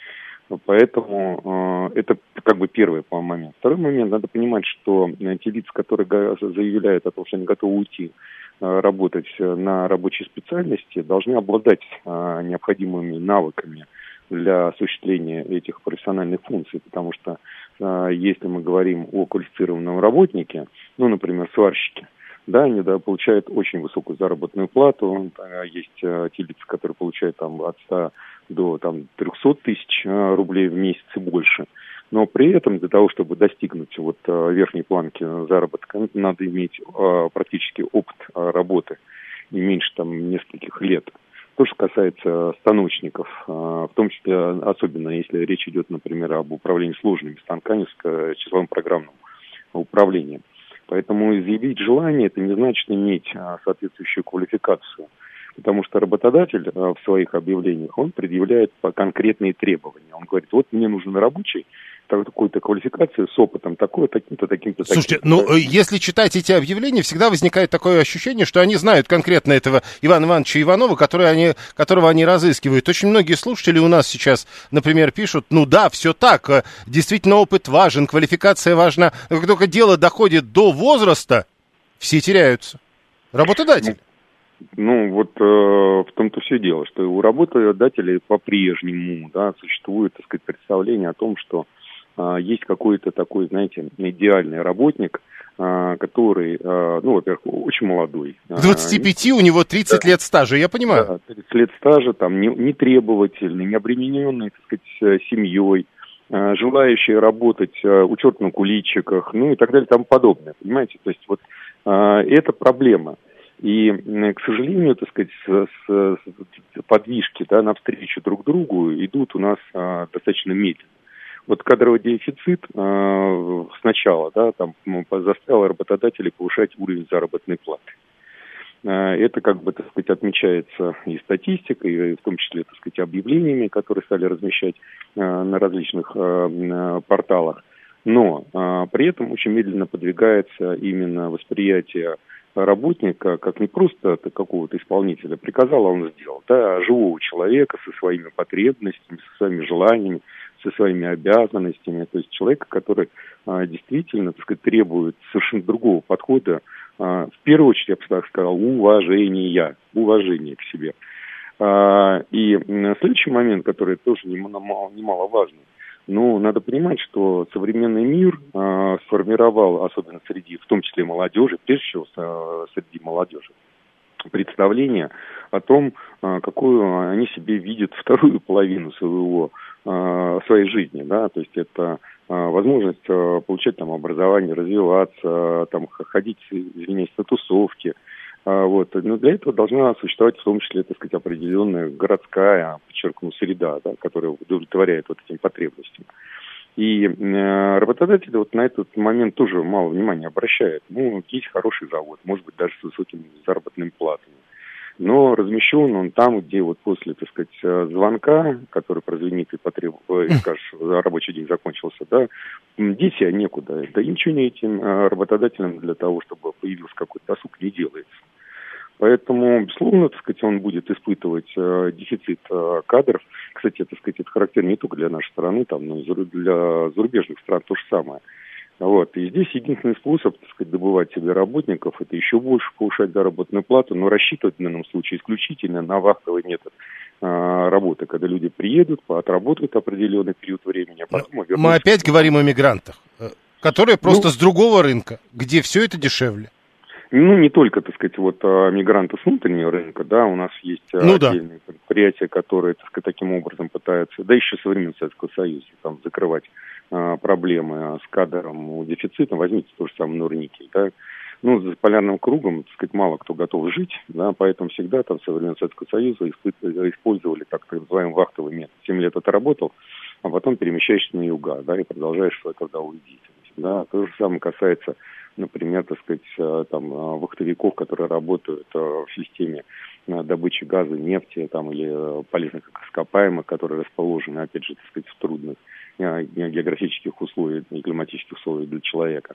Поэтому э, это как бы первый момент. Второй момент, надо понимать, что э, те лица, которые заявляют о том, что они готовы уйти э, работать на рабочей специальности, должны обладать э, необходимыми навыками для осуществления этих профессиональных функций, потому что э, если мы говорим о квалифицированном работнике, ну, например, сварщики, да, они да, получают очень высокую заработную плату, да, есть э, те лица, которые получают там от ста до там, триста тысяч э, рублей в месяц и больше. Но при этом для того, чтобы достигнуть вот, э, верхней планки заработка, надо иметь э, практически опыт э, работы не меньше там, нескольких лет. То, что касается станочников, э, в том числе, особенно если речь идет, например, об управлении сложными станками с числовым программным управлением. Поэтому изъявить желание, это не значит иметь а, соответствующую квалификацию. Потому что работодатель а, в своих объявлениях, он предъявляет конкретные требования. Он говорит, вот мне нужен рабочий, такой-то квалификации с опытом такой, таким-то, таким-то, таким-то. Слушайте, ну, если читать эти объявления, всегда возникает такое ощущение, что они знают конкретно этого Ивана Ивановича Иванова, который они, которого они разыскивают. Очень многие слушатели у нас сейчас, например, пишут, ну да, все так, действительно опыт важен, квалификация важна, но как только дело доходит до возраста, все теряются. Работодатель. Ну, вот э, в том-то все дело, что у работодателей по-прежнему, да, существует, так сказать, представление о том, что есть какой-то такой, знаете, идеальный работник, который, ну, во-первых, очень молодой. К двадцати пяти у него тридцать да. лет стажа, я понимаю. Да, тридцать лет стажа, там, не, не требовательный, не обремененный, так сказать, семьей, желающий работать учет на куличиках, ну и так далее, и тому подобное, понимаете? То есть вот это проблема. И, к сожалению, так сказать, с, с, с подвижки, да, навстречу друг другу идут у нас достаточно медленно. Вот кадровый дефицит э, сначала, да, там заставил работодателей повышать уровень заработной платы. Э, это, как бы, так сказать, отмечается и статистикой, и в том числе, так сказать, объявлениями, которые стали размещать э, на различных э, порталах. Но э, при этом очень медленно подвигается именно восприятие работника как не просто какого-то исполнителя, приказал, а он сделал, да, а живого человека со своими потребностями, со своими желаниями, со своими обязанностями, то есть человека, который а, действительно, так сказать, требует совершенно другого подхода, а, в первую очередь, я бы так сказал, уважения, уважения к себе. А, и следующий момент, который тоже немало, немаловажный, ну, надо понимать, что современный мир а, сформировал, особенно среди, в том числе молодежи, прежде всего среди молодежи, представление о том, какую они себе видят вторую половину своего, своей жизни, да, то есть это возможность получать там образование, развиваться, там ходить, извиняюсь, на тусовки, вот, но для этого должна существовать в том числе, так сказать, определенная городская, подчеркну, среда, да, которая удовлетворяет вот этим потребностям. И э, работодатели вот на этот момент тоже мало внимания обращают. Ну, есть хороший завод, может быть, даже с высокими заработными платами. Но размещен он там, где вот после, так сказать, звонка, который прозвенит и потребует, и скажешь, рабочий день закончился, да, дети, а некуда. Да и ничего не этим работодателям для того, чтобы появился какой-то досуг, не делается. Поэтому, безусловно, так сказать, он будет испытывать э, дефицит э, кадров. Кстати, так сказать, это характерно не только для нашей страны, там, но и для зарубежных стран то же самое. Вот. И здесь единственный способ, так сказать, добывать себе работников, это еще больше повышать заработную плату, но рассчитывать в данном случае исключительно на вахтовый метод э, работы, когда люди приедут, отработают определенный период времени, а потом вернутся. Мы опять говорим о мигрантах, которые просто ну, с другого рынка, где все это дешевле. Ну, не только, так сказать, вот мигранты с внутреннего рынка, да, у нас есть ну, отдельные да. предприятия, которые, так сказать, таким образом пытаются, да еще со времен Советского Союза, там, закрывать а, проблемы с кадром, дефицитом. Возьмите то же самое Норникель, да. Ну, за полярным кругом, так сказать, мало кто готов жить, да, поэтому всегда там со времен Советского Союза использовали так называемый вахтовый метод. Семь лет отработал, а потом перемещаешься на юга, да, и продолжаешь свою трудовую деятельность, да. То же самое касается, например, так сказать, там, вахтовиков, которые работают в системе добычи газа, нефти, там, или полезных ископаемых, которые расположены, опять же, так сказать, в трудных географических условиях и климатических условиях для человека.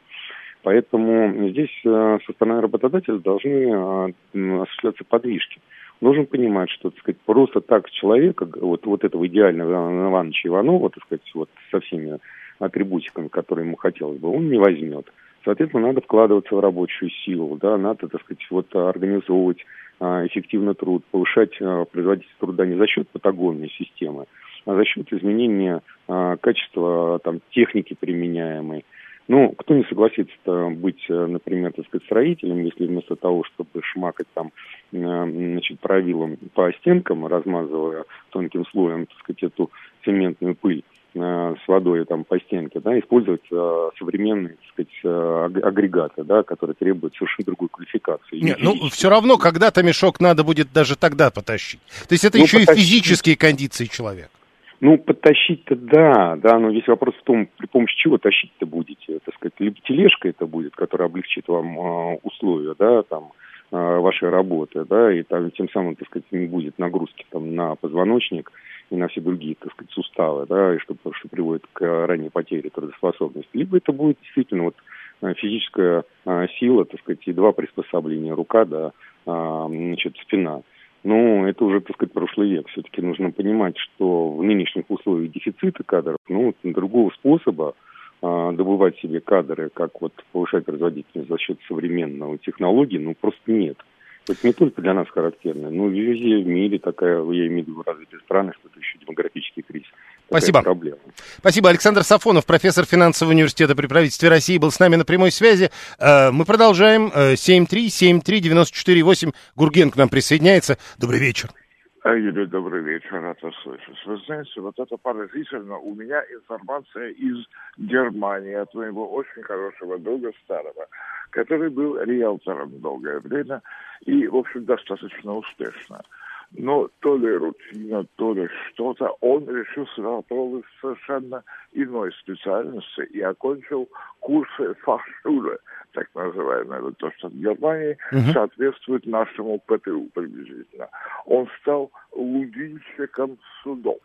Поэтому здесь со стороны работодателя должны осуществляться подвижки. Нужно понимать, что, так сказать, просто так человека, вот, вот этого идеального Ивана Ивановича Иванова, так сказать, вот со всеми атрибутиками, которые ему хотелось бы, он не возьмет. Соответственно, надо вкладываться в рабочую силу, да, надо, так сказать, вот организовывать а, эффективно труд, повышать а, производительность труда не за счет патагонной системы, а за счет изменения а, качества там, техники применяемой. Ну, кто не согласится быть, например, так сказать, строителем, если вместо того, чтобы шмакать там, значит, правилом по стенкам, размазывая тонким слоем, так сказать, эту цементную пыль с водой там по стенке, да, использовать а, современные, так сказать, агрегаты, да, которые требуют совершенно другой квалификации. Нет, ну, все равно когда-то мешок надо будет даже тогда потащить. То есть это ну, еще потащить... и физические кондиции человека. Ну, подтащить-то да, да, но весь вопрос в том, при помощи чего тащить-то будете, так сказать, либо тележка это будет, которая облегчит вам э, условия, да, там, э, вашей работы, да, и там тем самым, так сказать, не будет нагрузки там на позвоночник и на все другие, так сказать, суставы, да, и что, что приводит к ранней потере трудоспособности, либо это будет действительно вот физическая э, сила, так сказать, и два приспособления, рука, да, э, значит, спина. Ну, это уже, так сказать, прошлый век. Все-таки нужно понимать, что в нынешних условиях дефицита кадров, ну, другого способа а, добывать себе кадры, как вот повышать производительность за счет современной технологии, ну, просто нет. Это не только для нас характерно, но и везде в мире такая, я имею в виду развитые страны, что это еще демографический кризис. Спасибо. Проблема. Спасибо. Александр Сафонов, профессор финансового университета при правительстве России, был с нами на прямой связи. Мы продолжаем. семь три семь три девять четыре восемь. Гурген к нам присоединяется. Добрый вечер. Юрий, добрый вечер, рад вас слышать. Вы знаете, вот это поразительно. У меня информация из Германии от моего очень хорошего друга старого, который был риэлтором долгое время и, в общем, достаточно успешно. Но то ли рутина, то ли что-то, он решил попробовать совершенно иной специальности и окончил курсы фахшуле, так называемые, вот то, что в Германии uh-huh. соответствует нашему ПТУ приблизительно. Он стал лудильщиком судов.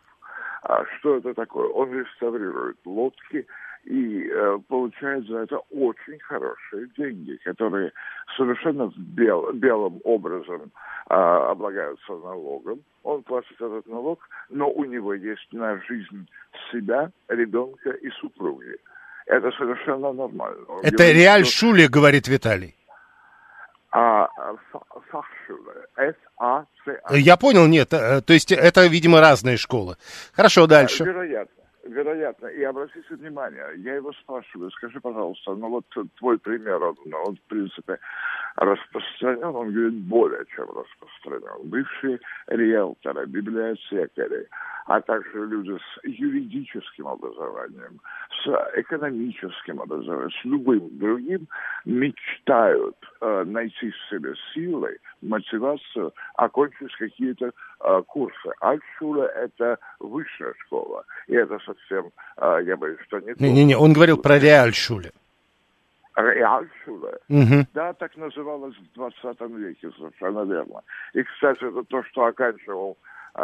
А что это такое? Он реставрирует лодки и э, получает за это очень хорошие деньги, которые совершенно бел, белым образом э, облагаются налогом. Он платит этот налог, но у него есть на жизнь себя, ребенка и супруги. Это совершенно нормально. Он это говорит, реаль что... шуле, говорит Виталий. А, фахшуле. С А Ц А. Я понял, нет. То есть это, видимо, разные школы. Хорошо, дальше. Вероятно. вероятно, и обратите внимание, я его спрашиваю, скажи, пожалуйста, ну вот твой пример, он, он в принципе распространен, он говорит, более чем распространен. Бывшие риэлторы, библиотекари, а также люди с юридическим образованием, с экономическим образованием, с любым другим, мечтают э, найти в себе силы, мотивацию, окончить какие-то э, курсы. Альтшуле – это высшая школа, и это совсем, э, я боюсь, что не то. Не-не-не, он говорил про Реальшуле. Реальшуле? Угу. Да, так называлось в двадцатом веке, совершенно верно. И, кстати, это то, что оканчивал,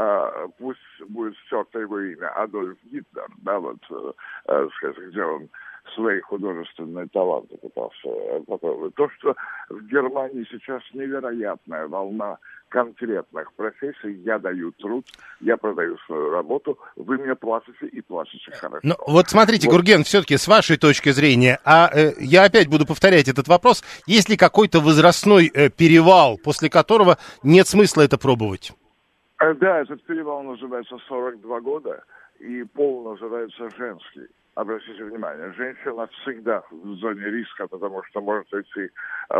э, пусть будет стерто его имя, Адольф Гитлер, да, вот, э, сказать, где он свои художественные таланты пытался попробовать. То, что в Германии сейчас невероятная волна конкретных профессий, я даю труд, я продаю свою работу, вы мне платите и платите хорошо. Ну, вот смотрите, вот. Гурген, все-таки с вашей точки зрения, а э, я опять буду повторять этот вопрос, есть ли какой-то возрастной э, перевал, после которого нет смысла это пробовать? Э, да, этот перевал называется сорок два года, и пол называется женский. Обратите внимание, женщина всегда в зоне риска, потому что может идти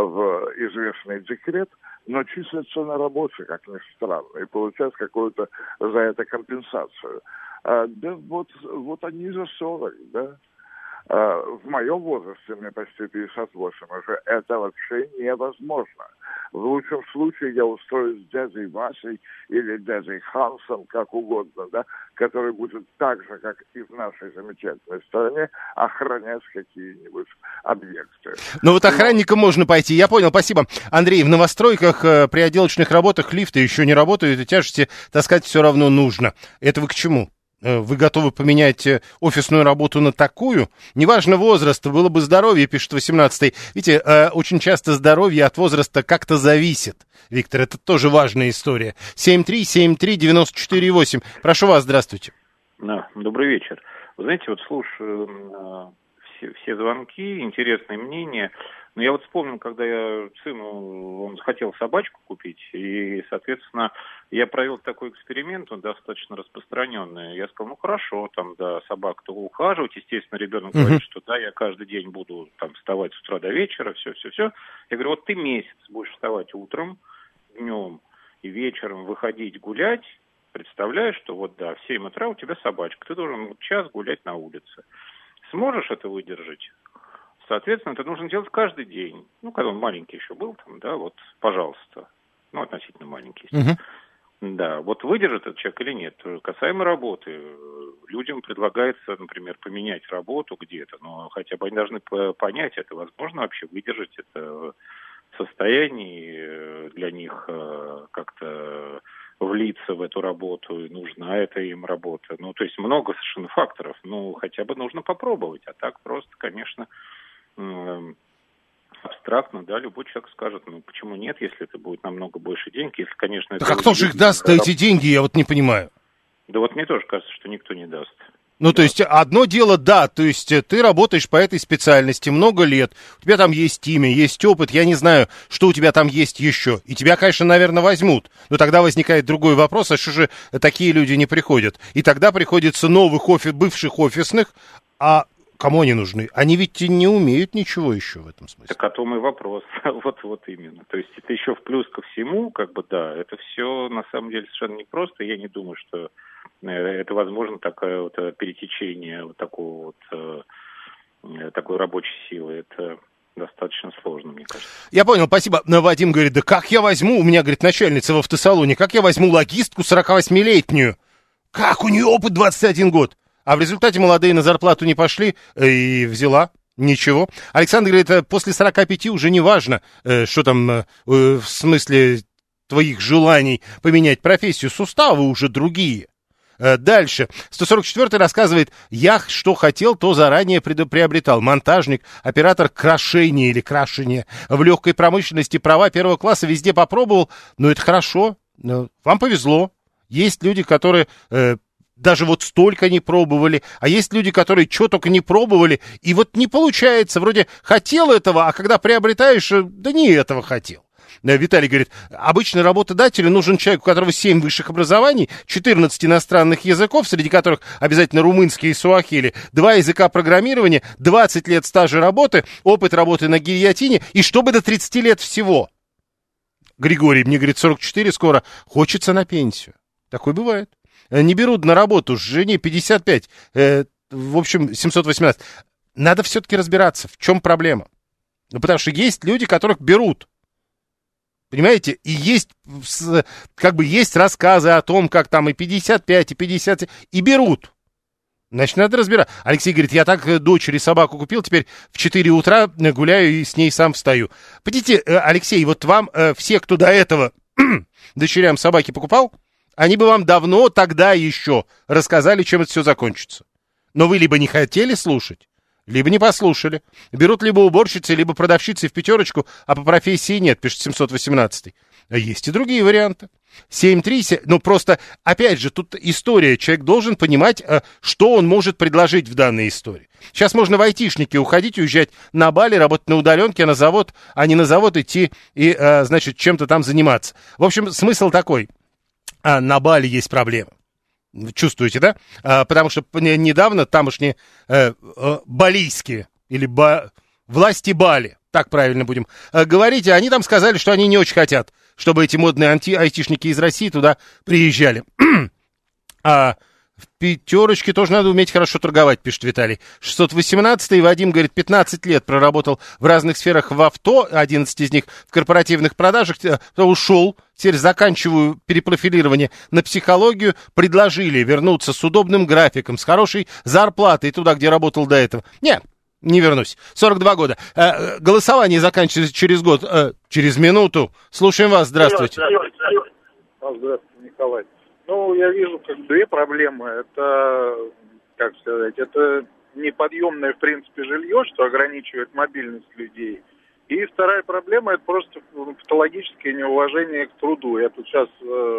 в известный декрет, но числится на работе, как ни странно, и получать какую-то за это компенсацию. А, да вот, вот они за сорок, да. А, в моем возрасте, мне почти пятьдесят восемь уже, это вообще невозможно. В лучшем случае я устроюсь с дядей Васей или дядей Хансом, как угодно, да, который будет так же, как и в нашей замечательной стране, охранять какие-нибудь объекты. Ну вот охранником можно пойти, я понял, спасибо. Андрей, в новостройках при отделочных работах лифты еще не работают, и тяжести таскать все равно нужно. Это вы к чему? Вы готовы поменять офисную работу на такую? Неважно возраст, было бы здоровье, пишет восемнадцатый. Видите, очень часто здоровье от возраста как-то зависит. Виктор, это тоже важная история. семь три семь три девять четыре восемь. Прошу вас, здравствуйте. Да, добрый вечер. Вы знаете, вот слушаю все, все звонки, интересные мнения. Но я вот вспомнил, когда я сыну, он хотел собачку купить, и, соответственно, я провел такой эксперимент, он достаточно распространенный. Я сказал, ну хорошо, там, да, собака-то ухаживать, естественно, ребенок uh-huh. говорит, что да, я каждый день буду там вставать с утра до вечера, все-все-все. Я говорю, вот ты месяц будешь вставать утром, днем и вечером выходить гулять, представляешь, что вот да, в семь утра у тебя собачка, ты должен час гулять на улице. Сможешь это выдержать? Соответственно, это нужно делать каждый день. Ну, когда он маленький еще был, там, да, вот, пожалуйста. Ну, относительно маленький. Uh-huh. Да, вот выдержит этот человек или нет. Касаемо работы, людям предлагается, например, поменять работу где-то, но хотя бы они должны понять, это возможно вообще выдержать, это в состоянии для них как-то влиться в эту работу, и нужна эта им работа. Ну, то есть много совершенно факторов, ну, хотя бы нужно попробовать, а так просто, конечно, абстрактно, да, любой человек скажет, ну, почему нет, если это будет намного больше денег, если, конечно... Так а кто же их даст, эти деньги, я вот не понимаю. Да вот мне тоже кажется, что никто не даст. Ну, да. То есть, одно дело, да, то есть, ты работаешь по этой специальности много лет, у тебя там есть имя, есть опыт, я не знаю, что у тебя там есть еще, и тебя, конечно, наверное, возьмут, но тогда возникает другой вопрос, а что же такие люди не приходят? И тогда приходится новых офи- бывших офисных, а кому они нужны? Они ведь не умеют ничего еще в этом смысле. Так о том и вопрос, вот, вот именно, то есть, это еще в плюс ко всему, как бы, да, это все, на самом деле, совершенно непросто, я не думаю, что это возможно такое вот перетечение вот такого вот э, такой рабочей силы. Это достаточно сложно, мне кажется. Я понял, спасибо. Вадим говорит, да как я возьму, у меня, говорит, начальница в автосалоне, как я возьму логистку сорокавосьмилетнюю? Как у нее опыт двадцать один год? А в результате молодые на зарплату не пошли и взяла. Ничего. Александр говорит, после сорока пяти уже не важно, что там в смысле твоих желаний поменять профессию, суставы уже другие. Дальше. сто сорок четвёртый рассказывает, я что хотел, то заранее приобретал. Монтажник, оператор крашения или крашения. В легкой промышленности права первого класса везде попробовал. Но это хорошо. Вам повезло. Есть люди, которые э, даже вот столько не пробовали. А есть люди, которые что только не пробовали. И вот не получается. Вроде хотел этого, а когда приобретаешь, да не этого хотел. Виталий говорит, обычно работодателю нужен человек, у которого семь высших образований, четырнадцать иностранных языков, среди которых обязательно румынский и суахили, два языка программирования, двадцать лет стажа работы, опыт работы на гильотине, и чтобы до тридцати лет всего. Григорий мне говорит, сорок четыре скоро, хочется на пенсию. Такое бывает. Не берут на работу, жене пятьдесят пять, э, в общем, семьсот восемнадцать. Надо все-таки разбираться, в чем проблема. Ну, потому что есть люди, которых берут. Понимаете? И есть, как бы, есть рассказы о том, как там и пятьдесят пять, и пятьдесят, и берут. Значит, надо разбираться. Алексей говорит, я так дочери собаку купил, теперь в четыре утра гуляю и с ней сам встаю. Подите, Алексей, вот вам все, кто до этого дочерям собаки покупал, они бы вам давно тогда еще рассказали, чем это все закончится. Но вы либо не хотели слушать, либо не послушали. Берут либо уборщицы, либо продавщицы в пятерочку, а по профессии нет, пишет семьсот восемнадцать. А есть и другие варианты. семь три семь, ну просто, опять же, тут история. Человек должен понимать, что он может предложить в данной истории. Сейчас можно в айтишники уходить, уезжать на Бали, работать на удаленке, а на завод, а не на завод идти и, значит, чем-то там заниматься. В общем, смысл такой. А на Бали есть проблема. Чувствуете, да? А, потому что недавно тамошние э, э, балийские или ба, власти Бали, так правильно будем э, говорить, они там сказали, что они не очень хотят, чтобы эти модные анти- айтишники из России туда приезжали. А в пятерочке тоже надо уметь хорошо торговать, пишет Виталий. шестьсот восемнадцать, Вадим говорит, пятнадцать лет проработал в разных сферах в авто, одиннадцать из них в корпоративных продажах, ушел, теперь заканчиваю перепрофилирование на психологию, предложили вернуться с удобным графиком, с хорошей зарплатой туда, где работал до этого. Нет, не вернусь. сорок два года. Э, голосование заканчивается через год, э, через минуту. Слушаем вас, здравствуйте. Здравствуйте, Николай. Ну, я вижу как две проблемы. Это, как сказать, это неподъемное, в принципе, жилье, что ограничивает мобильность людей. И вторая проблема – это просто патологическое неуважение к труду. Я тут сейчас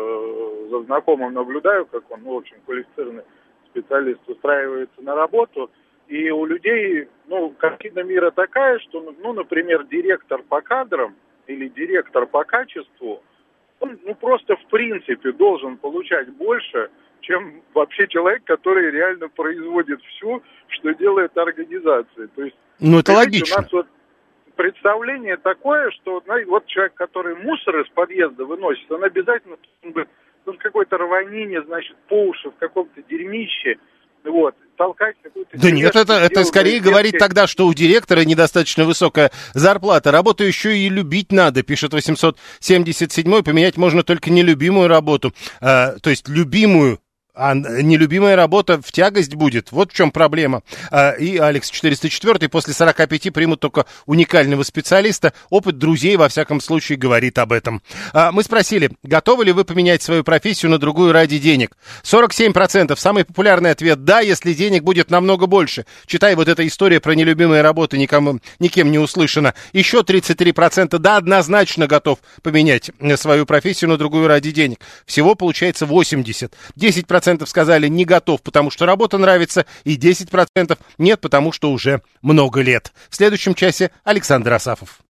э, за знакомым наблюдаю, как он, ну, очень квалифицированный специалист, устраивается на работу. И у людей, ну, картина мира такая, что, ну, например, директор по кадрам или директор по качеству, он, ну, просто в принципе должен получать больше, чем вообще человек, который реально производит все, что делает организация. То есть, ну, это логично. У нас вот представление такое, что, знаете, вот человек, который мусор из подъезда выносит, он обязательно ну, в какой-то рванине, значит, по уши, в каком-то дерьмище, вот, толкать какую-то... Да нет, это, это скорее говорит тогда, что у директора недостаточно высокая зарплата. Работу еще и любить надо, пишет восемьсот семьдесят семь. Поменять можно только нелюбимую работу. А, то есть любимую, а нелюбимая работа в тягость будет. Вот в чем проблема. А, и Алекс четыреста четыре после сорока пяти примут только уникального специалиста. Опыт друзей, во всяком случае, говорит об этом. А, мы спросили, готовы ли вы поменять свою профессию на другую ради денег? сорок семь процентов. Самый популярный ответ – да, если денег будет намного больше. Читай, вот эта история про нелюбимые работы никому, никем не услышана. Еще тридцать три процента – да, однозначно готов поменять свою профессию на другую ради денег. Всего получается восемьдесят. десять процентов сказали не готов, потому что работа нравится, и десять процентов нет, потому что уже много лет. В следующем часе Александр Асафов.